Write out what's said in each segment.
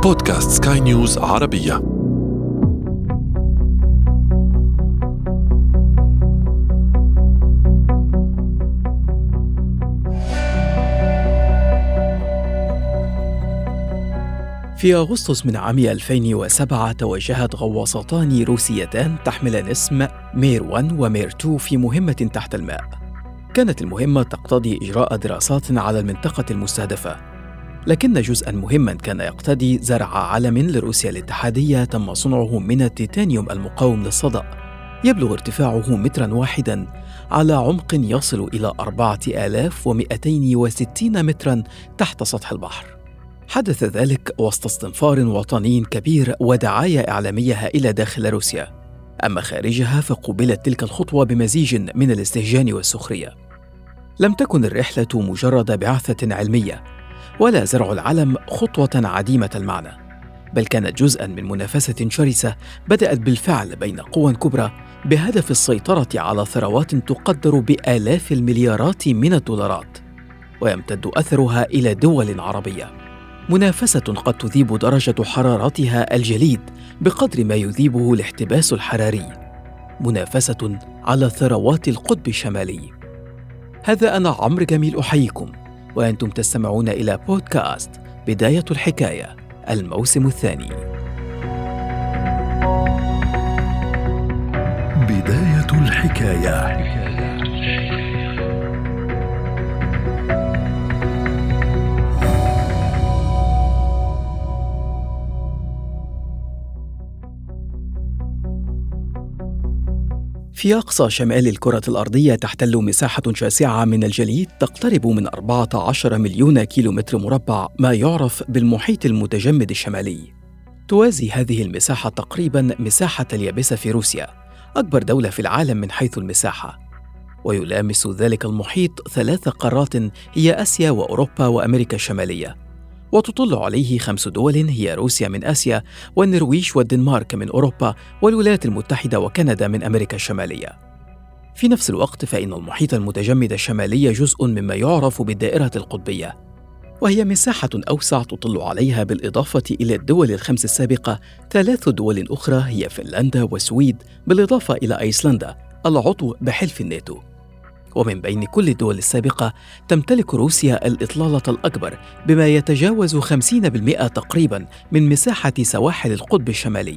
بودكاست سكاي نيوز عربية. في أغسطس من عام 2007 توجهت غواصتان روسيتان تحملان اسم مير 1 ومير 2 في مهمة تحت الماء. كانت المهمة تقتضي إجراء دراسات على المنطقة المستهدفة، لكن جزءاً مهماً كان يقتضي زرع علم لروسيا الاتحادية تم صنعه من التيتانيوم المقاوم للصدأ، يبلغ ارتفاعه متراً واحداً على عمق يصل إلى 4260 متراً تحت سطح البحر. حدث ذلك وسط استنفار وطني كبير ودعاية إعلامية هائلة داخل روسيا، أما خارجها فقُبلت تلك الخطوة بمزيج من الاستهجان والسخرية. لم تكن الرحلة مجرد بعثة علمية ولا زرع العلم خطوة عديمة المعنى، بل كانت جزءاً من منافسة شرسة بدأت بالفعل بين قوى كبرى بهدف السيطرة على ثروات تقدر بآلاف المليارات من الدولارات، ويمتد أثرها إلى دول عربية. منافسة قد تذيب درجة حرارتها الجليد بقدر ما يذيبه الاحتباس الحراري، منافسة على ثروات القطب الشمالي. هذا أنا عمرو جميل أحييكم، وأنتم تستمعون إلى بودكاست بداية الحكاية الموسم الثاني. بداية الحكاية. في أقصى شمال الكرة الأرضية تحتل مساحة شاسعة من الجليد تقترب من 14 مليون كيلومتر مربع ما يعرف بالمحيط المتجمد الشمالي. توازي هذه المساحة تقريباً مساحة اليابسة في روسيا، أكبر دولة في العالم من حيث المساحة، ويلامس ذلك المحيط 3 قارات هي آسيا وأوروبا وأمريكا الشمالية، وتطل عليه 5 دول هي روسيا من آسيا والنرويج والدنمارك من أوروبا والولايات المتحدة وكندا من أمريكا الشمالية. في نفس الوقت فإن المحيط المتجمد الشمالي جزء مما يعرف بالدائرة القطبية، وهي مساحة أوسع تطل عليها بالإضافة إلى الدول ال5 السابقة 3 دول أخرى هي فنلندا والسويد، بالإضافة إلى أيسلندا العضو بحلف الناتو. ومن بين كل الدول السابقة تمتلك روسيا الإطلالة الأكبر بما يتجاوز 50% تقريباً من مساحة سواحل القطب الشمالي.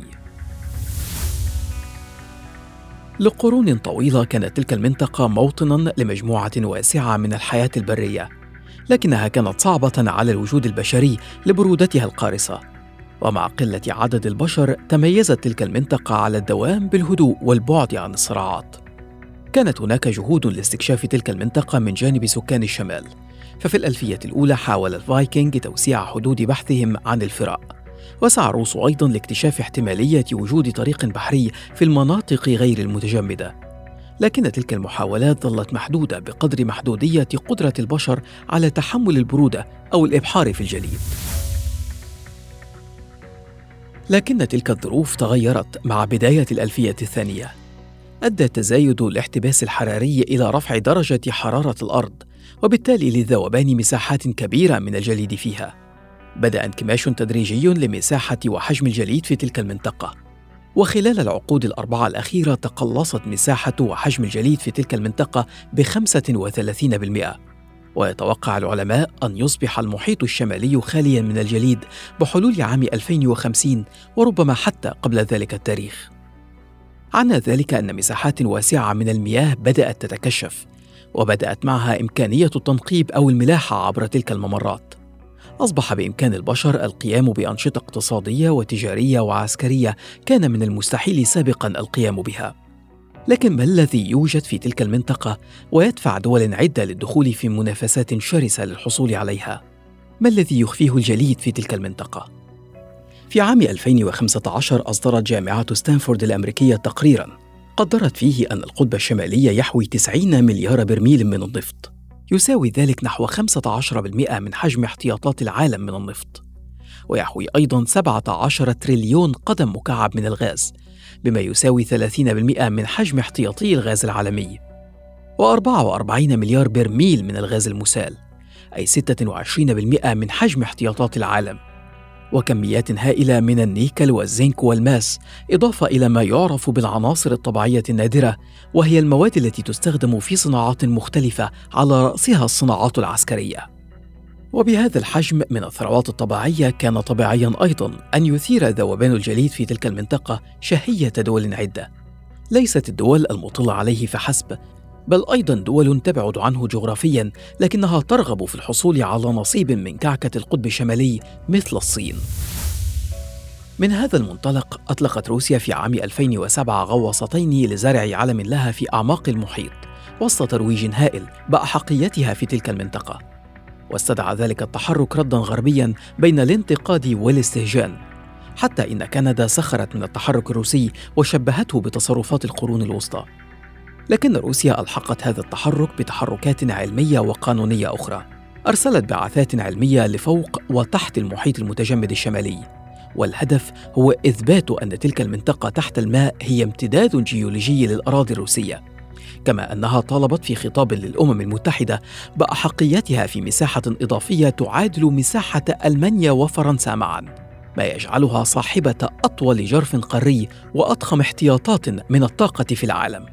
لقرون طويلة كانت تلك المنطقة موطناً لمجموعة واسعة من الحياة البرية، لكنها كانت صعبة على الوجود البشري لبرودتها القارصة، ومع قلة عدد البشر تميزت تلك المنطقة على الدوام بالهدوء والبعد عن الصراعات. كانت هناك جهود لاستكشاف تلك المنطقة من جانب سكان الشمال، ففي الألفية الأولى حاول الفايكنج توسيع حدود بحثهم عن الفراء، وسعى الروس أيضاً لاكتشاف احتمالية وجود طريق بحري في المناطق غير المتجمدة، لكن تلك المحاولات ظلت محدودة بقدر محدودية قدرة البشر على تحمل البرودة أو الإبحار في الجليد. لكن تلك الظروف تغيرت مع بداية الألفية الثانية. أدى تزايد الاحتباس الحراري إلى رفع درجة حرارة الأرض، وبالتالي لذوبان مساحات كبيرة من الجليد فيها. بدأ انكماش تدريجي لمساحة وحجم الجليد في تلك المنطقة، وخلال العقود ال4 الأخيرة تقلصت مساحة وحجم الجليد في تلك المنطقة ب35%، ويتوقع العلماء أن يصبح المحيط الشمالي خالياً من الجليد بحلول عام 2050 وربما حتى قبل ذلك التاريخ. عنى ذلك أن مساحات واسعة من المياه بدأت تتكشف، وبدأت معها إمكانية التنقيب أو الملاحة عبر تلك الممرات. أصبح بإمكان البشر القيام بأنشطة اقتصادية وتجارية وعسكرية كان من المستحيل سابقاً القيام بها. لكن ما الذي يوجد في تلك المنطقة ويدفع دول عدة للدخول في منافسات شرسة للحصول عليها؟ ما الذي يخفيه الجليد في تلك المنطقة؟ في عام 2015 أصدرت جامعة ستانفورد الأمريكية تقريراً قدرت فيه أن القطب الشمالي يحوي 90 مليار برميل من النفط، يساوي ذلك نحو 15% من حجم احتياطات العالم من النفط، ويحوي أيضاً 17 تريليون قدم مكعب من الغاز، بما يساوي 30% من حجم احتياطي الغاز العالمي، و44 مليار برميل من الغاز المسال، أي 26% من حجم احتياطات العالم. وكميات هائلة من النيكل والزنك والماس، إضافة إلى ما يعرف بالعناصر الطبيعية النادرة، وهي المواد التي تستخدم في صناعات مختلفة على رأسها الصناعات العسكرية. وبهذا الحجم من الثروات الطبيعية كان طبيعياً أيضاً أن يثير ذوبان الجليد في تلك المنطقة شهية دول عدة، ليست الدول المطلة عليه فحسب، بل أيضاً دول تبعد عنه جغرافياً لكنها ترغب في الحصول على نصيب من كعكة القطب الشمالي مثل الصين. من هذا المنطلق أطلقت روسيا في عام 2007 غواصتين لزرع علم لها في أعماق المحيط وسط ترويج هائل بأحقيتها في تلك المنطقة، واستدعى ذلك التحرك رداً غربياً بين الانتقاد والاستهجان، حتى إن كندا سخرت من التحرك الروسي وشبهته بتصرفات القرون الوسطى. لكن روسيا ألحقت هذا التحرك بتحركات علمية وقانونية أخرى، أرسلت بعثات علمية لفوق وتحت المحيط المتجمد الشمالي، والهدف هو إثبات أن تلك المنطقة تحت الماء هي امتداد جيولوجي للأراضي الروسية، كما أنها طالبت في خطاب للأمم المتحدة بأحقيتها في مساحة إضافية تعادل مساحة ألمانيا وفرنسا معاً، ما يجعلها صاحبة أطول جرف قاري وأضخم احتياطات من الطاقة في العالم.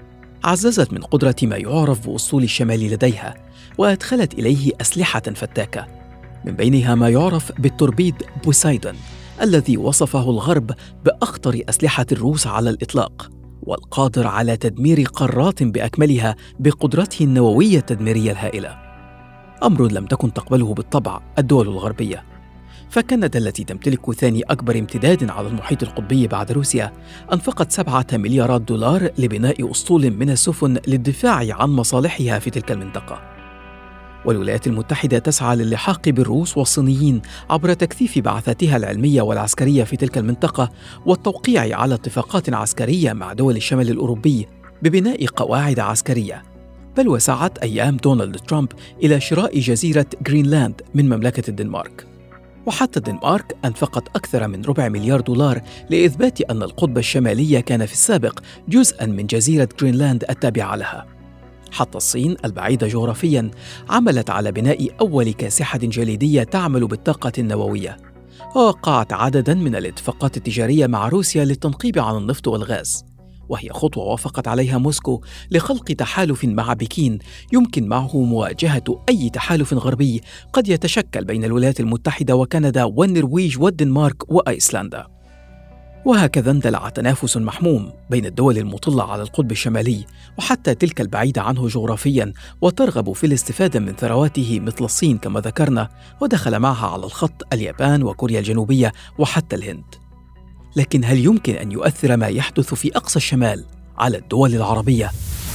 عززت من قدرة ما يعرف بأسطول الشمال لديها، وأدخلت إليه أسلحة فتاكة، من بينها ما يعرف بالتوربيد بوسايدون الذي وصفه الغرب بأخطر أسلحة الروس على الإطلاق، والقادر على تدمير قارات بأكملها بقدرته النووية التدميرية الهائلة، أمر لم تكن تقبله بالطبع الدول الغربية. فكندا التي تمتلك ثاني أكبر امتداد على المحيط القطبي بعد روسيا أنفقت 7 مليارات دولار لبناء أسطول من السفن للدفاع عن مصالحها في تلك المنطقة. والولايات المتحدة تسعى للحاق بالروس والصينيين عبر تكثيف بعثاتها العلمية والعسكرية في تلك المنطقة والتوقيع على اتفاقات عسكرية مع دول الشمال الأوروبي ببناء قواعد عسكرية، بل وسعت أيام دونالد ترامب إلى شراء جزيرة غرينلاند من مملكة الدنمارك. وحتى الدنمارك أنفقت أكثر من 4 مليار دولار لإثبات أن القطب الشمالي كان في السابق جزءاً من جزيرة غرينلاند التابعة لها. حتى الصين البعيدة جغرافياً عملت على بناء أول كاسحة جليدية تعمل بالطاقة النووية، ووقعت عدداً من الاتفاقات التجارية مع روسيا للتنقيب عن النفط والغاز، وهي خطوة وافقت عليها موسكو لخلق تحالف مع بكين يمكن معه مواجهة أي تحالف غربي قد يتشكل بين الولايات المتحدة وكندا والنرويج والدنمارك وأيسلندا. وهكذا اندلع تنافس محموم بين الدول المطلة على القطب الشمالي وحتى تلك البعيدة عنه جغرافياً وترغب في الاستفادة من ثرواته مثل الصين كما ذكرنا، ودخل معها على الخط اليابان وكوريا الجنوبية وحتى الهند. لكن هل يمكن أن يؤثر ما يحدث في أقصى الشمال على الدول العربية؟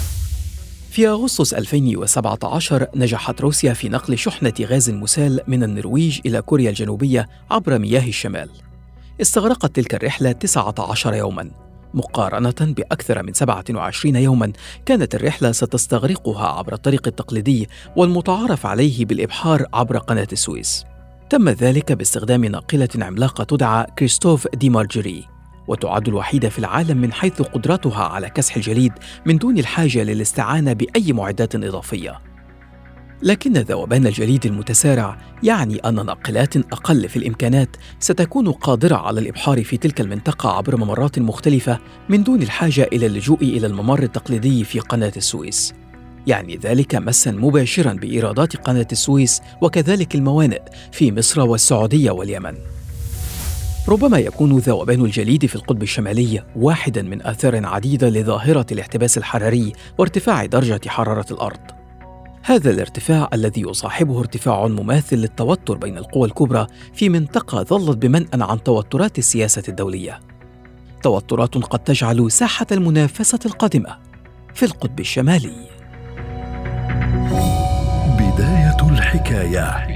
في أغسطس 2017 نجحت روسيا في نقل شحنة غاز مسال من النرويج إلى كوريا الجنوبية عبر مياه الشمال. استغرقت تلك الرحلة 19 يوماً، مقارنة بأكثر من 27 يوماً كانت الرحلة ستستغرقها عبر الطريق التقليدي والمتعارف عليه بالإبحار عبر قناة السويس. تم ذلك باستخدام ناقلة عملاقة تدعى كريستوف دي مارجري، وتعد الوحيدة في العالم من حيث قدرتها على كسح الجليد من دون الحاجة للاستعانة بأي معدات إضافية. لكن ذوبان الجليد المتسارع يعني أن ناقلات أقل في الإمكانات ستكون قادرة على الإبحار في تلك المنطقة عبر ممرات مختلفة من دون الحاجة إلى اللجوء إلى الممر التقليدي في قناة السويس. يعني ذلك مساً مباشراً بإيرادات قناة السويس وكذلك الموانئ في مصر والسعودية واليمن. ربما يكون ذوبان الجليد في القطب الشمالي واحداً من آثار عديدة لظاهرة الاحتباس الحراري وارتفاع درجة حرارة الأرض. هذا الارتفاع الذي يصاحبه ارتفاع مماثل للتوتر بين القوى الكبرى في منطقة ظلت بمنأى عن توترات السياسة الدولية، توترات قد تجعل ساحة المنافسة القادمة في القطب الشمالي. بداية الحكاية.